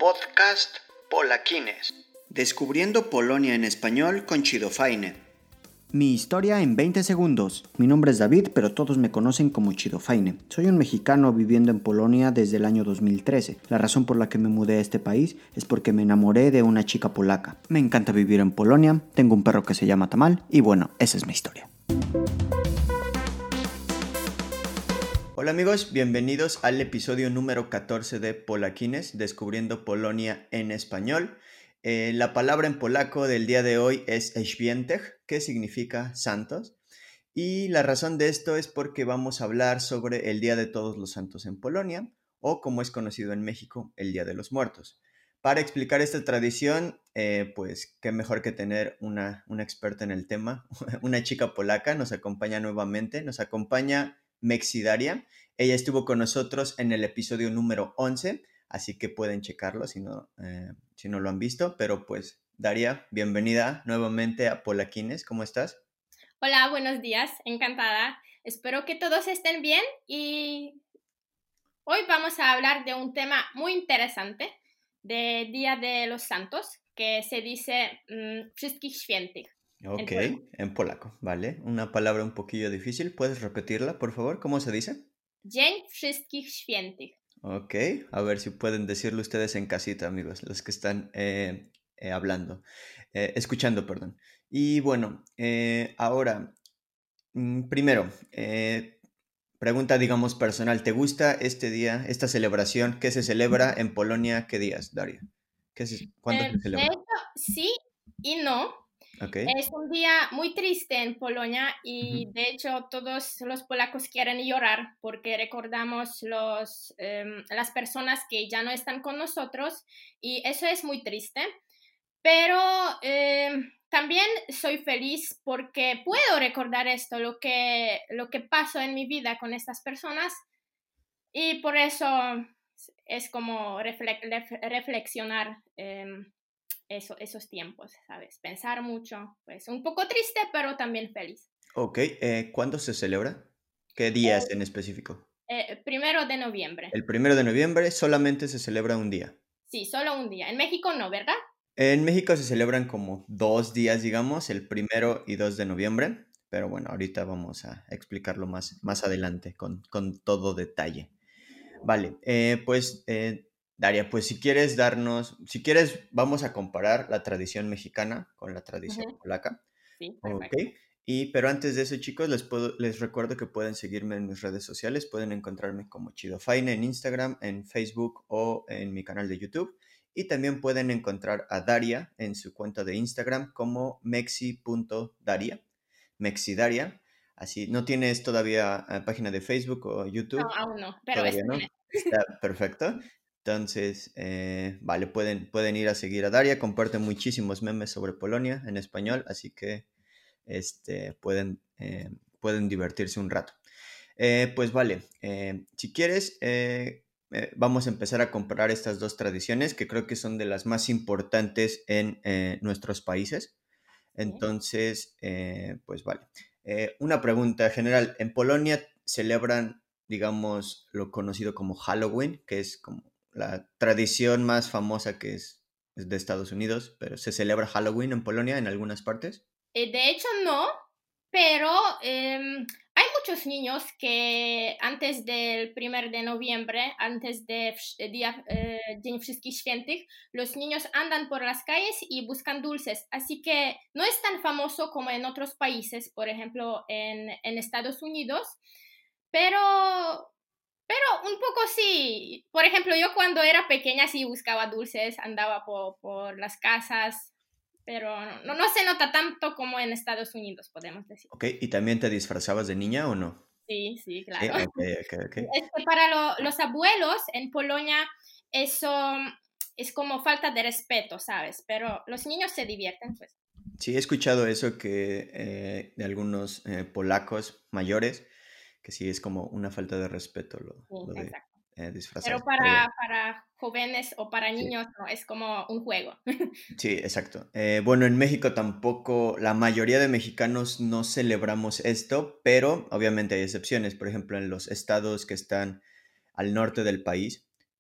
podcast Polaquines. Descubriendo Polonia en español con Chido Fajne. Mi historia en 20 segundos. Mi nombre es David, pero todos me conocen como Chido Fajne. Soy un mexicano viviendo en Polonia desde el año 2013. La razón por la que me mudé a este país es porque me enamoré de una chica polaca. Me encanta vivir en Polonia, tengo un perro que se llama Tamal y bueno, esa es mi historia. Hola amigos, bienvenidos al episodio número 14 de Polaquines, Descubriendo Polonia en español. La palabra en polaco del día de hoy es Świętych, que significa santos. Y la razón de esto es porque vamos a hablar sobre el Día de Todos los Santos en Polonia, o como es conocido en México, el Día de los Muertos. Para explicar esta tradición, pues qué mejor que tener una experta en el tema, una chica polaca, nos acompaña nuevamente, nos acompaña Mexi Daria. Ella estuvo con nosotros en el episodio número 11, así que pueden checarlo si no lo han visto, pero pues Daria, bienvenida nuevamente a Polaquines, ¿cómo estás? Hola, buenos días, encantada. Espero que todos estén bien y hoy vamos a hablar de un tema muy interesante, de Día de los Santos, que se dice Wszystkich Świętych. Ok, en polaco, vale. Una palabra un poquillo difícil, ¿puedes repetirla, por favor? ¿Cómo se dice? Dzień Wszystkich Świętych. Ok, a ver si pueden decirlo ustedes en casita, amigos, los que están escuchando, perdón. Y bueno, ahora, primero, pregunta, digamos, personal. ¿Te gusta este día, esta celebración? ¿Qué se celebra en Polonia? ¿Qué días, Daria? ¿Cuándo se De celebra? hecho, sí y no. Ok. Es un día muy triste en Polonia y de hecho todos los polacos quieren llorar porque recordamos las personas que ya no están con nosotros y eso es muy triste. Pero también soy feliz porque puedo recordar esto, lo que pasó en mi vida con estas personas y por eso es como reflexionar esos tiempos, ¿sabes? Pensar mucho, pues un poco triste, pero también feliz. Ok, ¿cuándo se celebra? ¿Qué días en específico? 1 de noviembre. El 1 de noviembre solamente se celebra un día. Sí, solo un día. En México no, ¿verdad? En México se celebran como 2 días, digamos, el 1 y 2 de noviembre, pero bueno, ahorita vamos a explicarlo más adelante con todo detalle. Vale, pues Daria, pues si quieres vamos a comparar la tradición mexicana con la tradición Ujú. polaca. Sí, Ok, perfecto. pero antes de eso, chicos, les recuerdo que pueden seguirme en mis redes sociales, pueden encontrarme como Chido Fajne en Instagram, en Facebook o en mi canal de YouTube. Y también pueden encontrar a Daria en su cuenta de Instagram como mexi.daria, mexidaria. Así, ¿no tienes todavía página de Facebook o No, YouTube? aún no, pero Todavía está no. bien. Está perfecto. Entonces, vale, pueden ir a seguir a Daria. Comparte muchísimos memes sobre Polonia en español, así que pueden divertirse un rato. Pues vale, si quieres, vamos a empezar a comparar estas dos tradiciones que creo que son de las más importantes en nuestros países. Sí. Entonces, pues vale. Una pregunta general. ¿En Polonia celebran, digamos, lo conocido como Halloween, que es como la tradición más famosa que es de Estados Unidos, pero se celebra Halloween en Polonia en algunas partes? De hecho, no, pero hay muchos niños que antes del 1 de noviembre, antes de Dzień Wszystkich Świętych, los niños andan por las calles y buscan dulces. Así que no es tan famoso como en otros países, por ejemplo, en Estados Unidos, pero, un poco sí. Por ejemplo, yo cuando era pequeña sí buscaba dulces, andaba por las casas, pero no se nota tanto como en Estados Unidos, podemos decir. Ok, ¿y también te disfrazabas de niña o no? Sí, sí, Sí, claro. ok. Es que para los abuelos en Polonia eso es como falta de respeto, ¿sabes? Pero los niños se divierten, pues. Sí, he escuchado eso que de algunos polacos mayores, que sí es como una falta de respeto Sí, lo de exacto. Pero disfrazarse. Pero bueno, para jóvenes o para sí. niños no, es como un juego. Sí, exacto. Bueno, en México tampoco, la mayoría de mexicanos no celebramos esto, pero obviamente hay excepciones. Por ejemplo, en los estados que están al norte del país,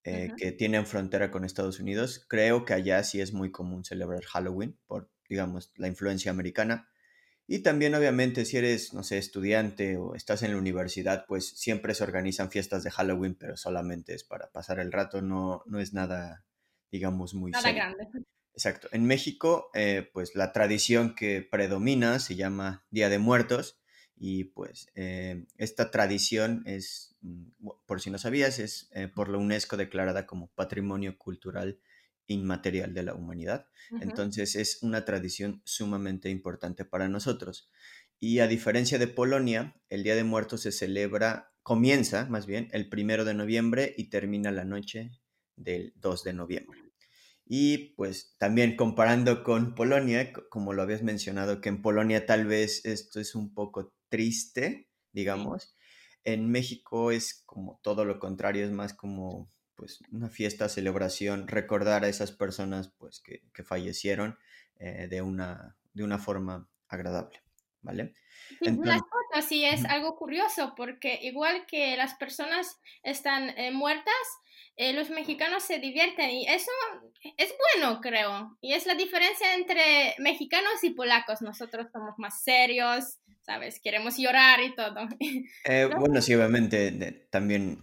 Ujú, que tienen frontera con Estados Unidos. Creo que allá sí es muy común celebrar Halloween por, digamos, la influencia americana. Y también, obviamente, si eres, no sé, estudiante o estás en la universidad, pues siempre se organizan fiestas de Halloween, pero solamente es para pasar el rato, no es nada, digamos, muy nada serio. grande. Exacto. En México, pues la tradición que predomina se llama Día de Muertos y pues esta tradición es, por si no sabías, es por la UNESCO declarada como Patrimonio Cultural Inmaterial de la Humanidad. Ujú, Entonces es una tradición sumamente importante para nosotros. Y a diferencia de Polonia, el Día de Muertos se celebra, comienza más bien el 1 de noviembre y termina la noche del 2 de noviembre. Y pues también comparando con Polonia, como lo habías mencionado, que en Polonia tal vez esto es un poco triste, sí. digamos. En México es como todo lo contrario, es más como pues una fiesta, celebración, recordar a esas personas pues que fallecieron de una forma agradable, ¿vale? Sí, vi las Entonces, fotos y es algo curioso porque igual que las personas están muertas, los mexicanos se divierten y eso es bueno, creo. Y es la diferencia entre mexicanos y polacos. Nosotros somos más serios, ¿sabes? Queremos llorar y todo. bueno, sí, obviamente también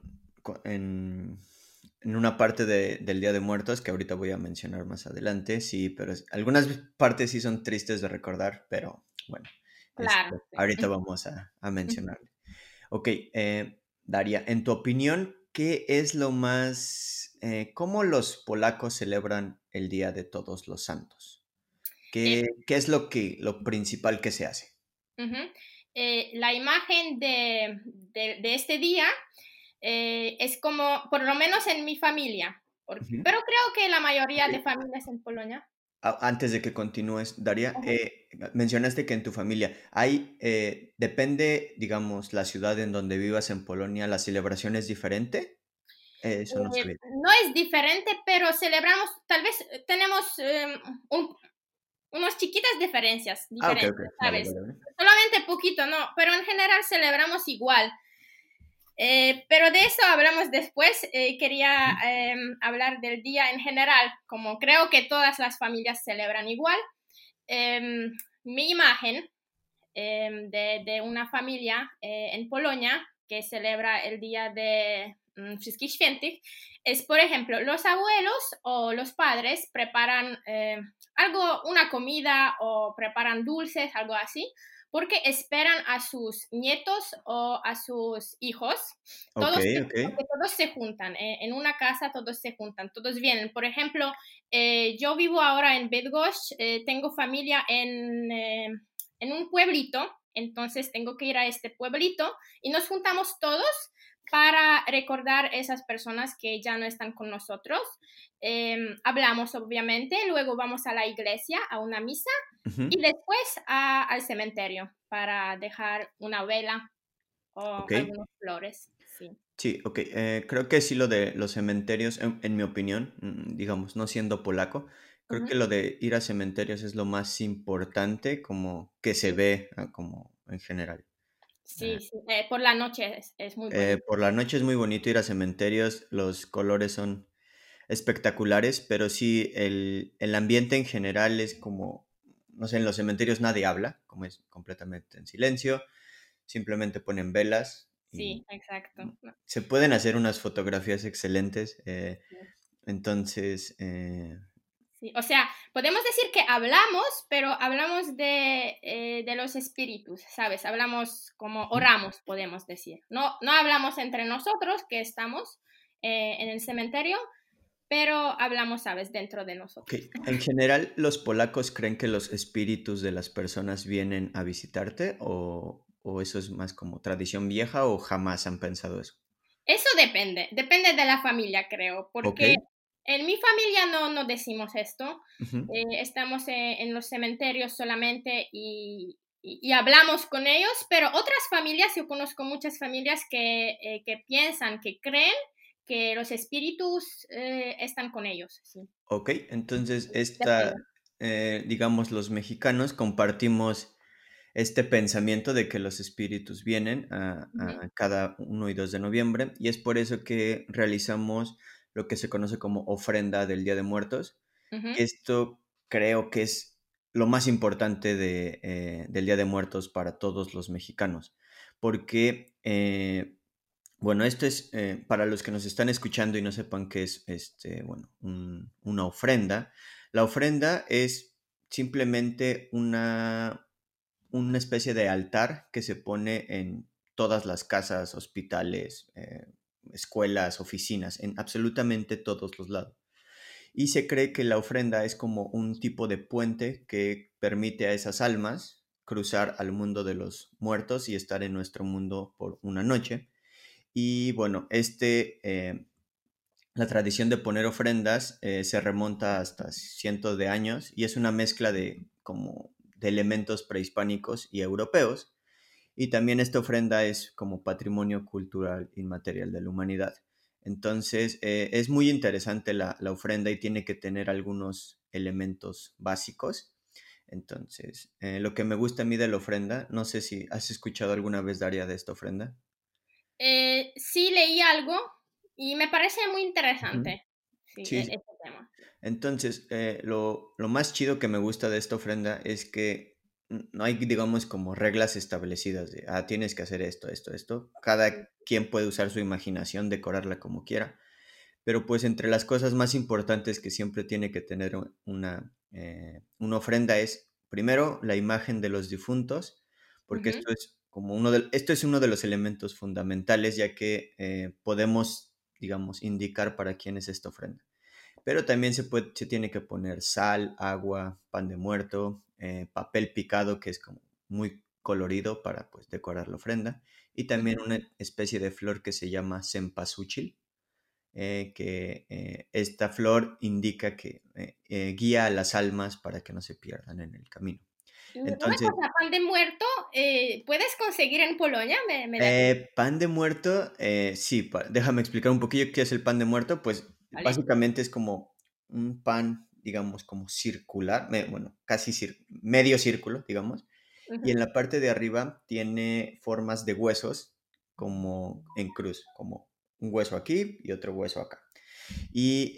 en una parte del Día de Muertos, que ahorita voy a mencionar más adelante, sí, pero algunas partes sí son tristes de recordar, pero bueno, Claro, sí. ahorita vamos a mencionar. Ok, Daria, en tu opinión, ¿qué es lo más, cómo los polacos celebran el Día de Todos los Santos? Eh, ¿Qué es lo principal que se hace? Ujú. La imagen de este día es como, por lo menos en mi familia, Ujú. pero creo que la mayoría de Ok. familias en Polonia. Antes de que continúes, Daria, Ujú. mencionaste que en tu familia hay, depende, digamos, la ciudad en donde vivas en Polonia, ¿la celebración es diferente? Eso no sabía. No es diferente, pero celebramos, tal vez tenemos un- unas chiquitas Ah, ok, ok, diferencias, vale, ¿sabes? vale, vale. Solamente poquito, no, pero en general celebramos igual. Pero de eso hablamos después. Quería hablar del día en general, como creo que todas las familias celebran igual. Mi imagen de una familia en Polonia que celebra el día de Wszystkich Świętych es, por ejemplo, los abuelos o los padres preparan algo, una comida o preparan dulces, algo así, porque esperan a sus nietos o a sus hijos. Ok, ok. Porque todos se juntan, en una casa todos se juntan, todos vienen. Por ejemplo, yo vivo ahora en Bydgoszcz, tengo familia en un pueblito, entonces tengo que ir a este pueblito y nos juntamos todos para recordar esas personas que ya no están con nosotros. Hablamos obviamente, luego vamos a la iglesia, a una misa Ujú. y después al cementerio para dejar una vela o Ok. algunas flores. Sí. Sí, ok. Creo que sí lo de los cementerios, en mi opinión, digamos, no siendo polaco, creo que Ujú. lo de ir a cementerios es lo más importante como que se Sí, ve como en general. sí, sí. Por la noche es muy bonito. Por la noche es muy bonito ir a cementerios, los colores son espectaculares, pero sí, el ambiente en general es como, no sé, en los cementerios nadie habla, como es completamente en silencio, simplemente ponen velas y Sí, exacto. No, se pueden hacer unas fotografías excelentes, sí. entonces, Sí, o sea, podemos decir que hablamos, pero hablamos de los espíritus, ¿sabes? Hablamos como ujú, oramos, podemos decir. No, no hablamos entre nosotros que estamos en el cementerio, pero hablamos, ¿sabes? Dentro de ok. nosotros. En general, ¿los polacos creen que los espíritus de las personas vienen a visitarte o eso es más como tradición vieja o jamás han pensado eso? Eso depende de la familia, creo, Ok. porque en mi familia no decimos esto. Ujú. Estamos en los cementerios solamente y hablamos con ellos, pero otras familias, yo conozco muchas familias que piensan, que creen que los espíritus están con ellos. Sí, Ok, entonces depende. digamos, los mexicanos compartimos este pensamiento de que los espíritus vienen Ujú, a cada 1 y 2 de noviembre, y es por eso que realizamos lo que se conoce como ofrenda del Día de Muertos, ujú. que esto creo que es lo más importante del Día de Muertos para todos los mexicanos, porque, bueno, esto es, para los que nos están escuchando y no sepan qué es, bueno, una ofrenda. La ofrenda es simplemente una especie de altar que se pone en todas las casas, hospitales, escuelas, oficinas, en absolutamente todos los lados. Y se cree que la ofrenda es como un tipo de puente que permite a esas almas cruzar al mundo de los muertos y estar en nuestro mundo por una noche. Y bueno, la tradición de poner ofrendas se remonta hasta cientos de años y es una mezcla de como de elementos prehispánicos y europeos. Y también esta ofrenda es como patrimonio cultural inmaterial de la humanidad. Entonces, es muy interesante la ofrenda y tiene que tener algunos elementos básicos. Entonces, lo que me gusta a mí de la ofrenda, no sé si has escuchado alguna vez, Daria, de esta ofrenda. Sí leí algo y me parece muy Ujú. interesante, sí, Sí, sí. este tema. Entonces, lo más chido que me gusta de esta ofrenda es que no hay, digamos, como reglas establecidas de, tienes que hacer esto, esto, esto. Cada quien puede usar su imaginación, decorarla como quiera, pero pues entre las cosas más importantes que siempre tiene que tener una ofrenda es, primero, la imagen de los difuntos, porque Ujú, esto es uno de los elementos fundamentales, ya que podemos, digamos, indicar para quién es esta ofrenda. Pero también se tiene que poner sal, agua, pan de muerto, papel picado, que es como muy colorido para pues decorar la ofrenda, y también ujú. una especie de flor que se llama cempasúchil, que esta flor indica que guía a las almas para que no se pierdan en el camino. Y una Entonces, cosa, pan de muerto, ¿puedes conseguir en Polonia? Me da curiosidad, pan de muerto, sí, déjame explicar un poquillo qué es el pan de muerto. Pues ¿vale? básicamente es como un pan, digamos, como circular, bueno, casi medio círculo, digamos, y en Ujú, la parte de arriba tiene formas de huesos como en cruz, como un hueso aquí y otro hueso acá. Y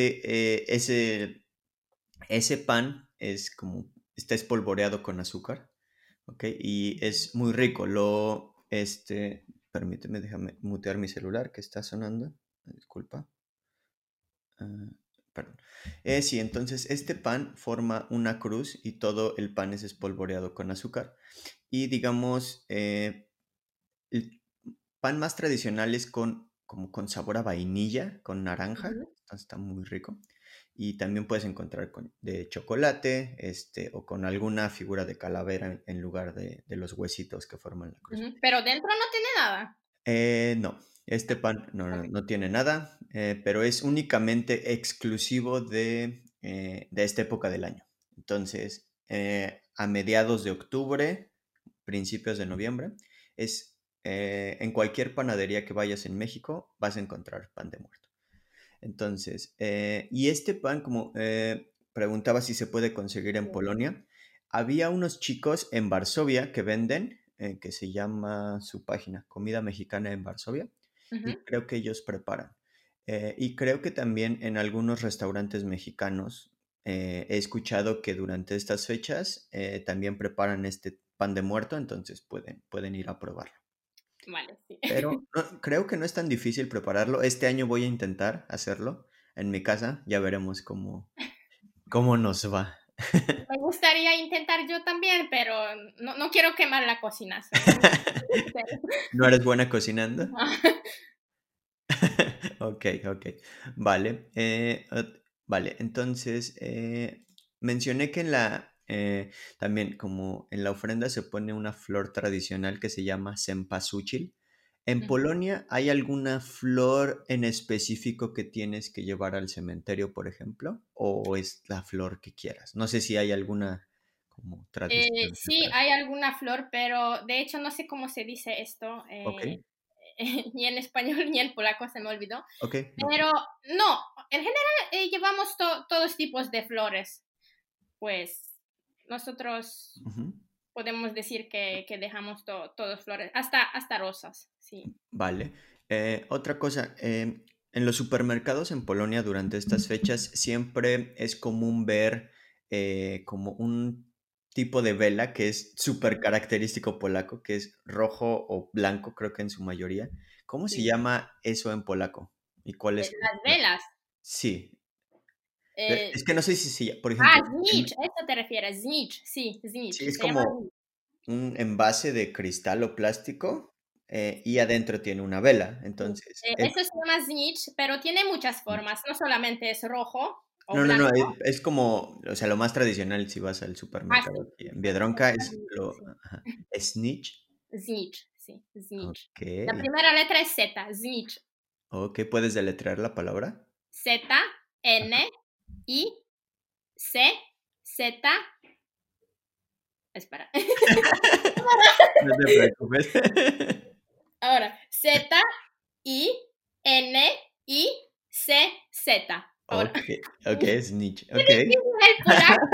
ese pan está espolvoreado con azúcar, ¿ok? Y es muy rico. Permíteme, déjame mutear mi celular que está sonando. Disculpa. Ah, perdón. Sí, entonces este pan forma una cruz y todo el pan es espolvoreado con azúcar. Y digamos, el pan más tradicional es como con sabor a vainilla, con naranja. ujú, Está muy rico. Y también puedes encontrar de chocolate, o con alguna figura de calavera en lugar de los huesitos que forman la cruz. ujú. Pero dentro no tiene nada. No, este Ah, pan no, no, ok. no tiene nada, pero es únicamente exclusivo de esta época del año. Entonces, a mediados de octubre, principios de noviembre, en cualquier panadería que vayas en México, vas a encontrar pan de muerto. Entonces, y este pan, como preguntaba si se puede conseguir en Sí. Polonia, había unos chicos en Varsovia que venden, que se llama su página Comida Mexicana en Varsovia, Ujú. y creo que ellos preparan. Y creo que también en algunos restaurantes mexicanos he escuchado que durante estas fechas también preparan este pan de muerto, entonces pueden ir a probarlo. Vale, sí. Pero creo que no es tan difícil prepararlo. Este año voy a intentar hacerlo en mi casa. Ya veremos cómo nos va. Me gustaría intentar yo también, pero no quiero quemar la cocina. Soy muy ¿No eres buena cocinando? No. Ok, ok. Vale. Vale, entonces mencioné que también como en la ofrenda se pone una flor tradicional que se llama cempasúchil. ¿En Ujú. Polonia hay alguna flor en específico que tienes que llevar al cementerio, por ejemplo? ¿O es la flor que quieras? No sé si hay alguna como tradición Sí, separada. hay alguna flor, pero de hecho no sé cómo se dice esto, Ok, ni en español ni en polaco se me olvidó. ok, no. Pero no, en general llevamos todos tipos de flores. Pues nosotros Ujú. podemos decir que dejamos todos flores, hasta rosas, sí. Vale. Otra cosa, en los supermercados en Polonia durante estas fechas siempre es común ver como un tipo de vela que es súper característico polaco, que es rojo o blanco, creo que en su mayoría. ¿Cómo se Sí. llama eso en polaco? ¿Y cuál es? Las velas. Sí. Eh, Es que no sé si, por ejemplo, Snitch, a eso te refieres, Snitch, sí, sí Snitch, es se llama como Snitch. un envase de cristal o plástico y adentro tiene una vela. Sí. Entonces, Eso se llama Snitch, pero tiene muchas formas, no solamente es rojo o no, blanco. es como, o sea, lo más tradicional si vas al Sí, supermercado aquí en exacto, Biedronka es lo, sí. ajá, snitch. Snitch, sí, Snitch. Ok, La primera letra es Z, Snitch. ok, ¿puedes deletrear la palabra? Z, N, I, C, Z. Espera. No te preocupes. Ahora, Z, I, N, I, C, Z. Ahora, Ok, ok, snitch, qué ok. difícil el polaco.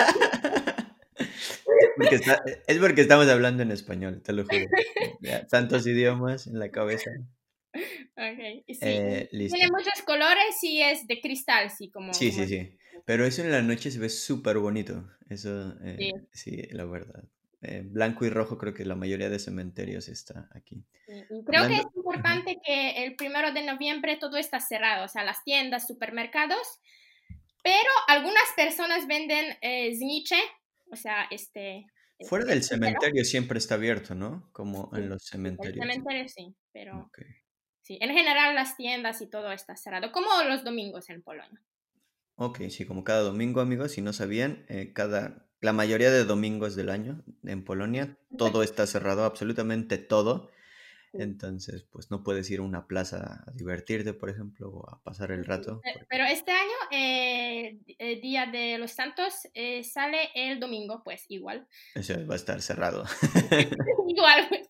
Es porque estamos hablando en español, te lo juro. Ya, tantos idiomas en la cabeza. Okay, sí. Listo. Tiene muchos colores y es de cristal, sí, como, Sí, como. sí, sí. Pero eso en la noche se ve súper bonito. Eso, Sí, sí, la verdad. Blanco y rojo creo que la mayoría de cementerios está aquí. sí. Y creo que es Hablando, ajá. importante que el 1 de noviembre todo está cerrado, o sea, las tiendas, supermercados, pero algunas personas venden zniche, o sea, Fuera del este velo. cementerio siempre está abierto, ¿no? Como en Sí, los sí, el cementerios. cementerio sí, pero Ok. sí, en general las tiendas y todo está cerrado, como los domingos en Polonia. Ok, sí, como cada domingo, amigos, si no sabían, la mayoría de domingos del año en Polonia, todo está cerrado, absolutamente todo. Sí. Entonces, pues no puedes ir a una plaza a divertirte, por ejemplo, o a pasar el Sí, rato, porque pero este año, el Día de los Santos, sale el domingo, pues igual. eso va a estar cerrado. Igual, pues,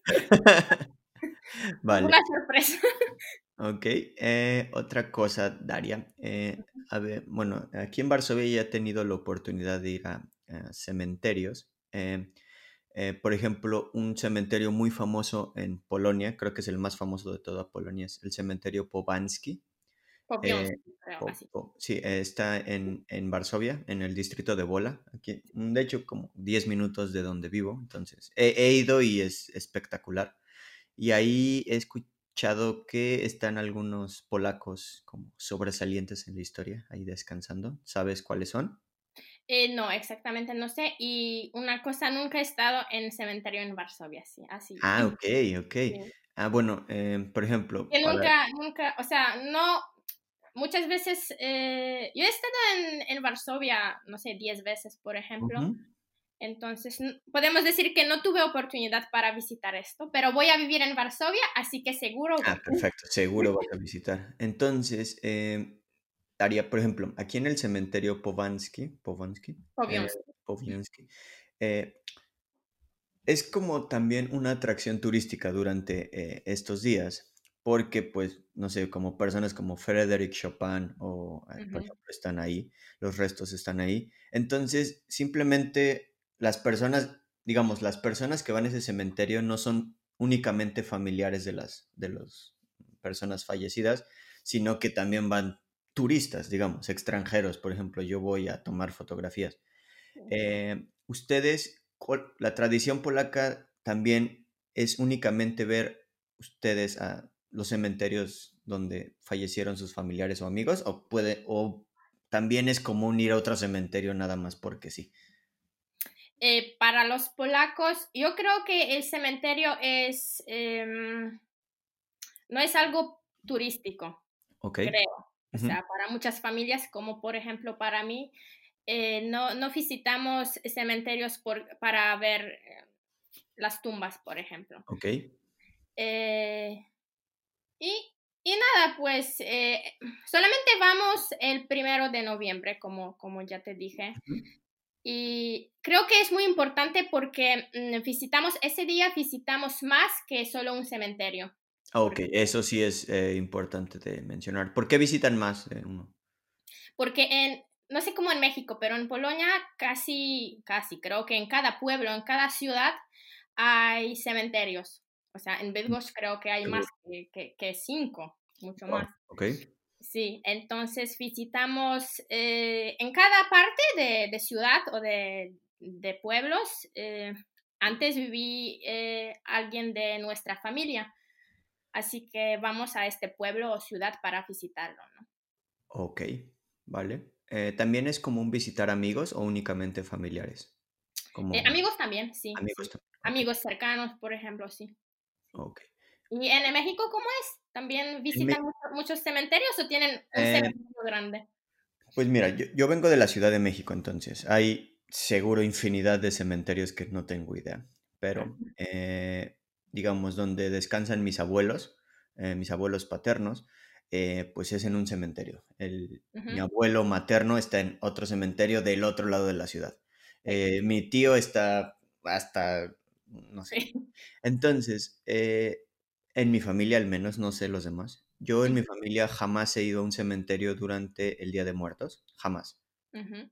Vale, una sorpresa. ok. Otra cosa, Daria. A ver, bueno, aquí en Varsovia ya he tenido la oportunidad de ir a cementerios. Por ejemplo, un cementerio muy famoso en Polonia, creo que es el más famoso de toda Polonia, es el cementerio Powański. Eh, Pobiąski, creo, así. sí, está en Varsovia, en el distrito de Wola, aquí, de hecho, como 10 minutos de donde vivo, entonces he ido y es espectacular. Y ahí he escuchado que están algunos polacos como sobresalientes en la historia, ahí descansando. ¿Sabes cuáles son? No, exactamente no sé. Y una cosa, nunca he estado en cementerio en Varsovia, sí, así. Ah, ok, ok. Sí. Ah, bueno, por ejemplo, Que nunca, o sea, no, muchas veces, yo he estado en Varsovia, no sé, 10 veces, por ejemplo. Ujú. Entonces, podemos decir que no tuve oportunidad para visitar esto, pero voy a vivir en Varsovia, así que seguro Ah, voy. perfecto, seguro vas a visitar. Entonces, Daria, por ejemplo, aquí en el cementerio Pobiąski. Powiański, eh, es como también una atracción turística durante estos días, porque pues, no sé, como personas como Frédéric Chopin o, por Ujú. ejemplo, están ahí, los restos están ahí. Entonces, simplemente las personas, digamos, las personas que van a ese cementerio no son únicamente familiares de las personas fallecidas, sino que también van turistas, digamos, extranjeros. Por ejemplo, yo voy a tomar fotografías. Ustedes, la tradición polaca también es únicamente ver ustedes a los cementerios donde fallecieron sus familiares o amigos, o también es común ir a otro cementerio nada más porque sí. Para los polacos, yo creo que el cementerio no es algo turístico, Ok. creo. O Ujú. sea, para muchas familias, como por ejemplo para mí, no visitamos cementerios para ver las tumbas, por ejemplo. Ok. Eh, y, y nada, pues solamente vamos el 1 de noviembre, como ya te dije. Ujú. Y creo que es muy importante porque ese día visitamos más que solo un cementerio. Ah, ok, Porque, eso sí es importante de mencionar. ¿Por qué visitan más de uno? porque no sé cómo en México, pero en Polonia casi, creo que en cada pueblo, en cada ciudad hay cementerios. O sea, en Bydgoszcz creo que hay más Seguro. que 5, mucho Wow, más. ok. Sí, entonces visitamos en cada parte de ciudad o de pueblos. Antes viví alguien de nuestra familia, así que vamos a este pueblo o ciudad para visitarlo, ¿no? Ok, vale. ¿También es común visitar amigos o únicamente familiares? Como Amigos también, sí, amigos sí. también. Ok, Amigos cercanos, por ejemplo, sí. Sí. ok. ¿Y en México cómo es? ¿También En Me- visitan muchos cementerios o tienen un eh, cementerio grande? pues mira, yo vengo de la Ciudad de México, entonces hay seguro infinidad de cementerios que no tengo idea, pero digamos, donde descansan mis abuelos paternos, pues es en un cementerio. Mi Ujú. abuelo materno está en otro cementerio del otro lado de la ciudad. Sí, Mi tío está hasta, no sé. sí. Entonces, en mi familia al menos, no sé los demás. Yo en mi familia jamás he ido a un cementerio durante el Día de Muertos, jamás. Ujú,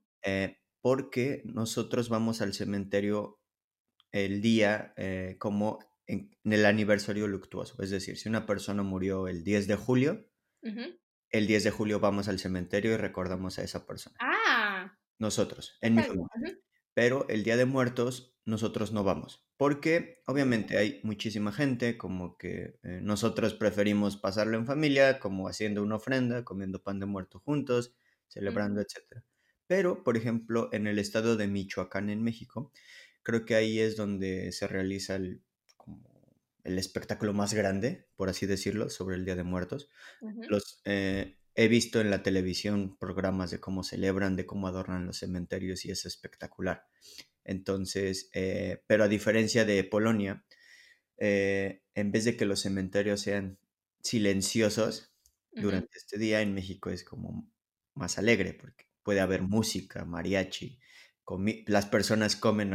Porque nosotros vamos al cementerio el día como en el aniversario luctuoso. Es decir, si una persona murió el 10 de julio, ujú. el 10 de julio vamos al cementerio y recordamos a esa persona. Ah, Nosotros, no en mi sabía. familia. Ujú, Pero el Día de Muertos nosotros no vamos, porque obviamente hay muchísima gente, como que nosotros preferimos pasarlo en familia, como haciendo una ofrenda, comiendo pan de muerto juntos, celebrando, ujú, etcétera. Pero, por ejemplo, en el estado de Michoacán, en México, creo que ahí es donde se realiza como el espectáculo más grande, por así decirlo, sobre el Día de Muertos. ujú. He visto en la televisión programas de cómo celebran, de cómo adornan los cementerios y es espectacular. Entonces, pero a diferencia de Polonia, en vez de que los cementerios sean silenciosos Ujú. durante este día, en México es como más alegre porque puede haber música, mariachi, las personas comen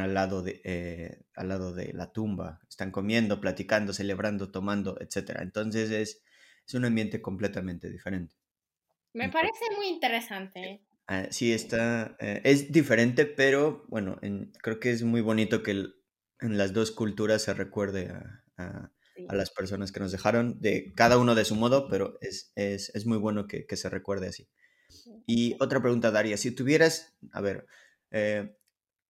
al lado de la tumba, están comiendo, platicando, celebrando, tomando, etc. Entonces es un ambiente completamente diferente. Me Entonces, parece muy interesante. sí, es diferente, pero bueno, creo que es muy bonito que en las dos culturas se recuerde a Sí. las personas que nos dejaron, de cada uno de su modo, pero es muy bueno que se recuerde así. Sí. Y otra pregunta, Daria, si tuvieras, a ver, eh,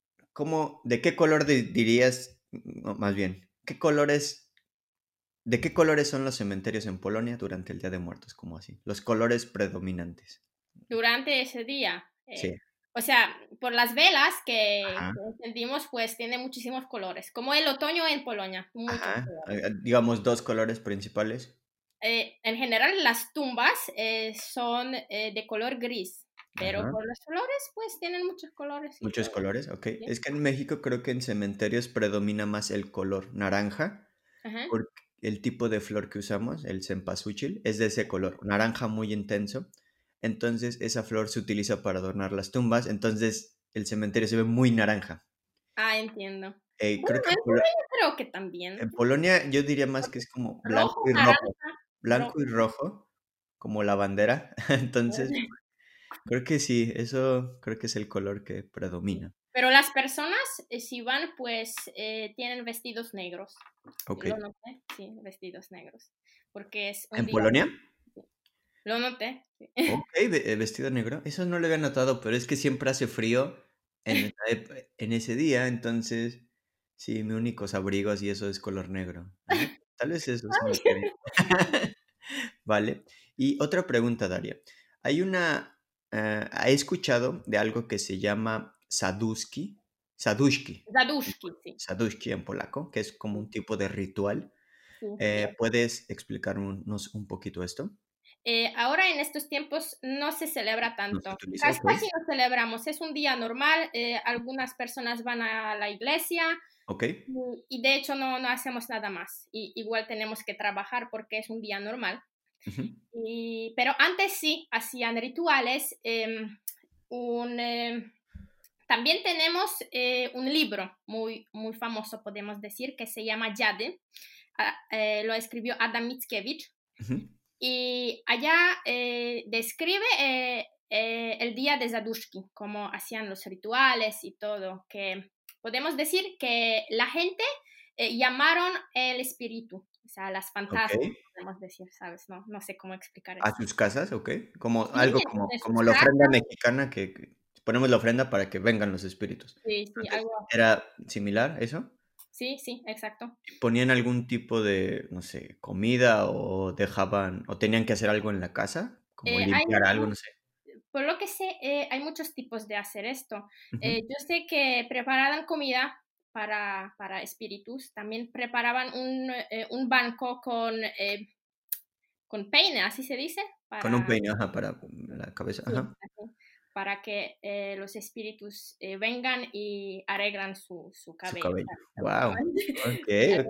de qué color dirías, no, más bien, de qué colores son los cementerios en Polonia durante el Día de Muertos, como así? Los colores predominantes. Durante ese día. Sí. O sea, por las velas Ajá. que encendimos, pues tiene muchísimos colores. Como el otoño en Polonia, muchos Ajá, colores. digamos 2 colores principales. En general, las tumbas son de color gris, pero Ajá, por los colores, pues tienen muchos colores y muchos todo. colores, okey. ¿Sí? Es que en México creo que en cementerios predomina más el color naranja, Ajá. porque el tipo de flor que usamos, el cempasúchil, es de ese color, naranja muy intenso. Entonces, esa flor se utiliza para adornar las tumbas, entonces el cementerio se ve muy naranja. Ah, entiendo. Bueno, Creo que en Polonia creo que también. en Polonia yo diría más que es como Rojo, naranja, blanco y rojo. rojo, como la bandera. Entonces creo que sí, eso creo que es el color que predomina. Pero las personas, si van, pues tienen vestidos negros. Lo Okey. noté, sí, vestidos negros. Porque es un ¿En día. Polonia? Sí, lo noté. Sí. Okey, vestido negro. Eso no lo había notado, pero es que siempre hace frío en ese día, entonces, sí, mi únicos abrigos y eso es color negro. Tal vez eso sí me quede. Vale. Y otra pregunta, Daria. He escuchado de algo que se llama sadushki, Zaduszki, sí. sadushki en polaco, que es como Sí, un tipo de ritual. sí, sí. ¿Puedes explicarnos un poquito esto? Ahora en estos tiempos no se celebra No se tanto, utiliza, casi, okey, casi no celebramos, es un día normal, algunas personas van a la iglesia okey. y de hecho no hacemos nada más, igual tenemos que trabajar porque es un día normal. Ujú. Pero antes sí hacían rituales. Un, También tenemos un libro muy, muy famoso, podemos decir, que se llama Jade. Lo escribió Adam Mickiewicz Ujú. y allá describe el día de Zadushki, como hacían los rituales y todo, que podemos decir que la gente llamaron el espíritu, o sea, las Ok. fantasmas, podemos decir, ¿sabes? No sé cómo explicar ¿A eso. sus casas? Ok. Como Sí, algo como, en sus como la ofrenda casas, mexicana que ponemos la ofrenda para que vengan los espíritus. sí, Entonces, algo así. ¿era similar eso? Sí, exacto. ¿Ponían algún tipo de, no sé, comida o dejaban, o tenían que hacer algo en la casa? Como Hay limpiar algo, no sé. Por lo que sé, hay muchos tipos de hacer esto. Ujú. Yo sé que preparaban comida para espíritus, también preparaban un banco con peine, así se dice, Con un para, peine, ajá, para la cabeza, sí, ajá. así, para que los espíritus vengan y arreglan su Su cabello. cabello. Wow. Básicamente. Ok, ok.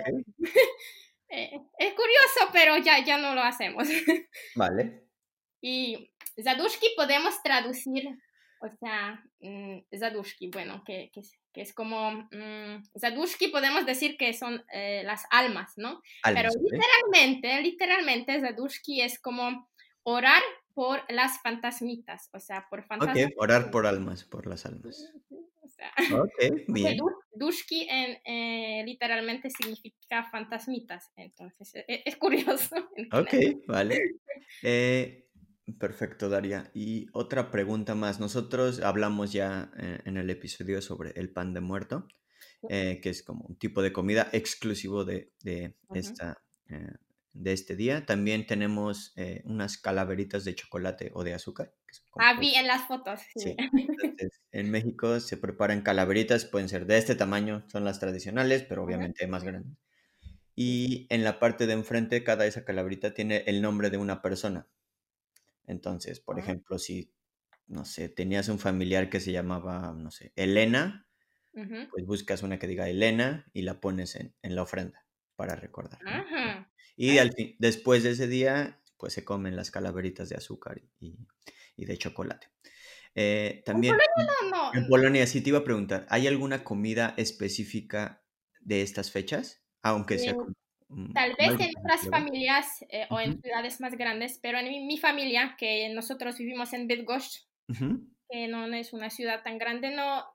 Es curioso, pero ya no lo hacemos. Vale. Y Zadushki podemos traducir, o sea, Zadushki, bueno, que es como, Zadushki podemos decir que son las almas, ¿no? Pero Almas, ok. literalmente Zadushki es como orar por las fantasmitas, o sea, por Ok, fantasmas. orar por almas, por las Sí, almas. o sea, Ok, porque bien. Dushki literalmente significa fantasmitas, entonces es curioso en Ok, general. vale. Eh, perfecto, Daria. Y otra pregunta más. Nosotros hablamos ya en el episodio sobre el pan de muerto, que es como un tipo de comida exclusivo Ujú. eh, de este día. También tenemos unas calaveritas de chocolate o de azúcar, que son como, Vi pues, en las fotos, sí. sí. Entonces, en México se preparan calaveritas, pueden ser de este tamaño, son las tradicionales, pero Ujú. obviamente hay más grandes. Sí, sí. Y en la parte de enfrente, cada esa calaverita tiene el nombre de una persona. Entonces, por Ah, ejemplo, si, no sé, tenías un familiar que se llamaba, no sé, Elena, ujú. pues buscas una que diga Elena y la pones en la ofrenda para recordar, ¿no? Ajá. Y Ay, después de ese día, pues se comen las calaveritas de azúcar y de chocolate. en También Polonia en Polonia, sí te iba a preguntar, ¿hay alguna comida específica de estas fechas? Aunque sea eh, como, tal como vez algo en que se otras celebra. familias o en Ujú, ciudades más grandes, pero en mi familia, que nosotros vivimos en Bydgoszcz, ujú. que no es una ciudad tan grande,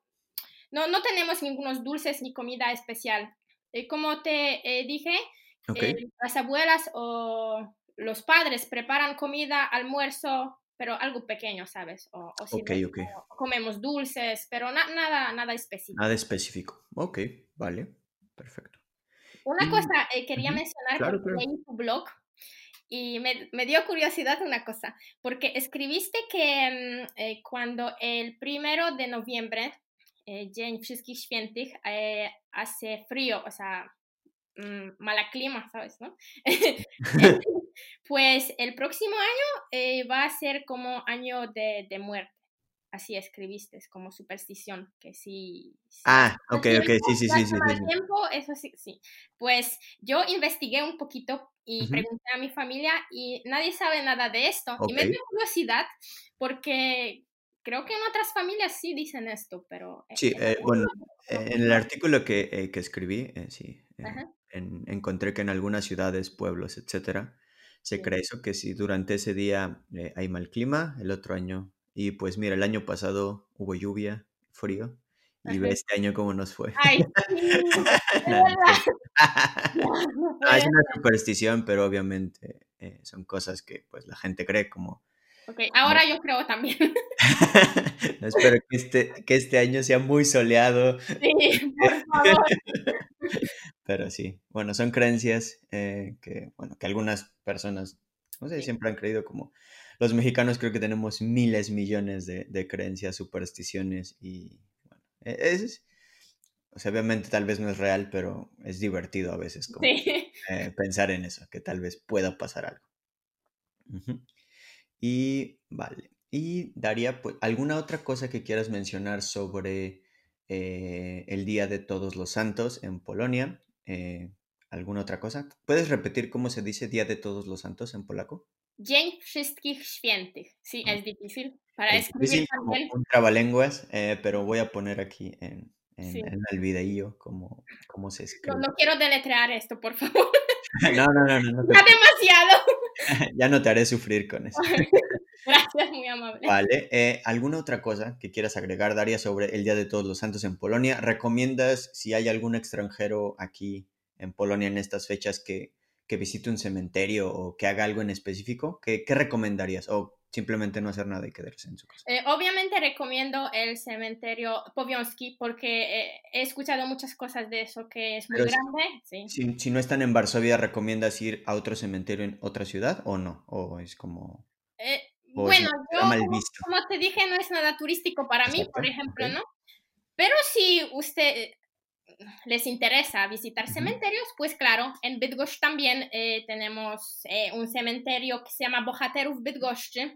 no tenemos ningunos dulces ni comida especial. Como te dije, Ok, las abuelas o los padres preparan comida, almuerzo, pero algo pequeño, ¿sabes? O si ok, no, ok. o comemos dulces, pero nada Nada específico. específico. Ok, vale, perfecto. Una Y cosa quería ujú, mencionar claro, porque claro. leí tu blog y me dio curiosidad una cosa, porque escribiste que cuando el 1 de noviembre, Dzień Wszystkich Świętych, hace frío, o sea, mala clima, ¿sabes? ¿No? Pues el próximo año va a ser como año de muerte. Así escribiste, es como superstición, que si hace Ah, mal ok, ok, tiempo, sí, sí, si sí, hace sí, sí, mal sí. tiempo, eso sí, sí. Pues yo investigué un poquito y Ujú, pregunté a mi familia y nadie sabe nada de esto. Y ok. me dio curiosidad porque creo que en otras familias sí dicen esto, pero Sí, en la bueno, mía en el artículo que escribí, sí, ajá, encontré que en algunas ciudades, pueblos, etcétera, se sí. cree eso, que si durante ese día hay mal clima, el otro año, y pues mira, el año pasado hubo lluvia, frío, y ve Ajá. este año cómo nos fue. Ay, sí, de No, no es verdad. cierto. No No, es puede una ser. superstición, pero obviamente son cosas que pues la gente cree Ok, como ahora yo creo también. Espero que este año sea muy soleado. Sí, por favor. Pero sí, bueno, son creencias que, bueno, que algunas personas, no sé, Sí, siempre han creído como los mexicanos creo que tenemos miles, millones de creencias, supersticiones y, bueno, o sea, obviamente tal vez no es real, pero es divertido a veces como sí. pensar en eso, que tal vez pueda pasar algo. Ujú. Y vale. Y Daría, pues, ¿alguna otra cosa que quieras mencionar sobre el Día de Todos los Santos en Polonia? ¿Alguna otra cosa? ¿Puedes repetir cómo se dice Día de Todos los Santos en polaco? Dzień Wszystkich Świętych. Sí, Ah, es difícil para es escribir difícil como también. un trabalenguas, pero voy a poner aquí en el videillo cómo se escribe. No quiero deletrear esto, por favor. No. Ya demasiado. Ya no te haré sufrir con eso. Gracias, muy amable. Vale. ¿Alguna otra cosa que quieras agregar, Daria, sobre el Día de Todos los Santos en Polonia? ¿Recomiendas, si hay algún extranjero aquí en Polonia en estas fechas, que visite un cementerio o que haga algo en específico? ¿Qué recomendarías? ¿O simplemente no hacer nada y quedarse en su casa? Obviamente recomiendo el cementerio Powązki porque he escuchado muchas cosas de eso, que es muy grande. Sí. Si no están en Varsovia, ¿recomiendas ir a otro cementerio en otra ciudad o no? ¿O es como...? Bueno, yo, mal visto? como te dije, no es nada turístico para mí, por ejemplo, okay. ¿no? Pero si usted les interesa visitar cementerios, pues claro, en Bydgoszcz también tenemos un cementerio que se llama Bohaterów Bydgoszczy.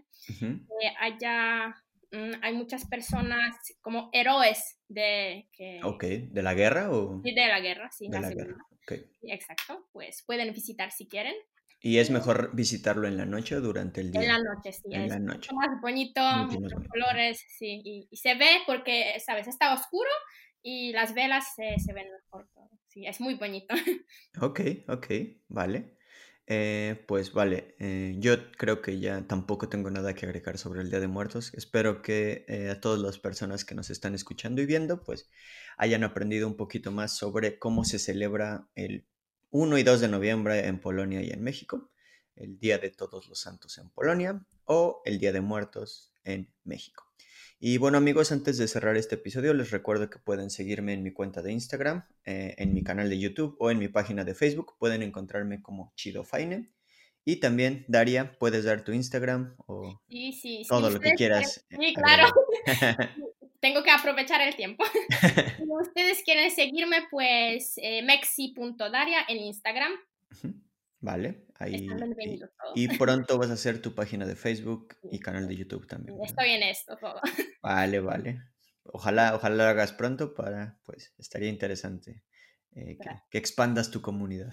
Allá hay muchas personas como héroes de la guerra o... Sí, de la guerra, sí. De la guerra, okay. Sí, exacto, pues pueden visitar si quieren. ¿Y es mejor visitarlo en la noche o durante el día? En la noche, sí. En es la noche. mucho más bonito, muchos colores, sí. Y se ve porque, ¿sabes? Está oscuro y las velas se ven mejor todo. Sí, es muy bonito. Ok, vale. Pues vale, yo creo que ya tampoco tengo nada que agregar sobre el Día de Muertos. Espero que a todas las personas que nos están escuchando y viendo, pues hayan aprendido un poquito más sobre cómo se celebra el 1 y 2 de noviembre en Polonia y en México, el Día de Todos los Santos en Polonia o el Día de Muertos en México. Y bueno, amigos, antes de cerrar este episodio, les recuerdo que pueden seguirme en mi cuenta de Instagram, en mi canal de YouTube o en mi página de Facebook. Pueden encontrarme como ChidoFaine. Y también, Daria, puedes dar tu Instagram o todo lo que quieras. Sí, claro. Tengo que aprovechar el tiempo. Si ustedes quieren seguirme, pues mexi.daria en Instagram. Vale, ahí. Y pronto vas a hacer tu página de Facebook y canal de YouTube también, ¿no? Estoy en esto todo. Vale. Ojalá lo hagas pronto pues estaría interesante que expandas tu comunidad.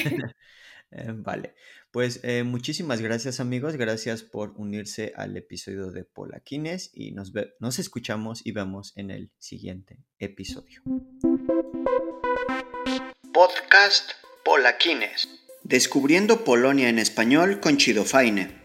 Vale, pues muchísimas gracias, amigos, gracias por unirse al episodio de Polaquines y nos escuchamos y vemos en el siguiente episodio. Podcast Polaquines. Descubriendo Polonia en español con ChidoFaine.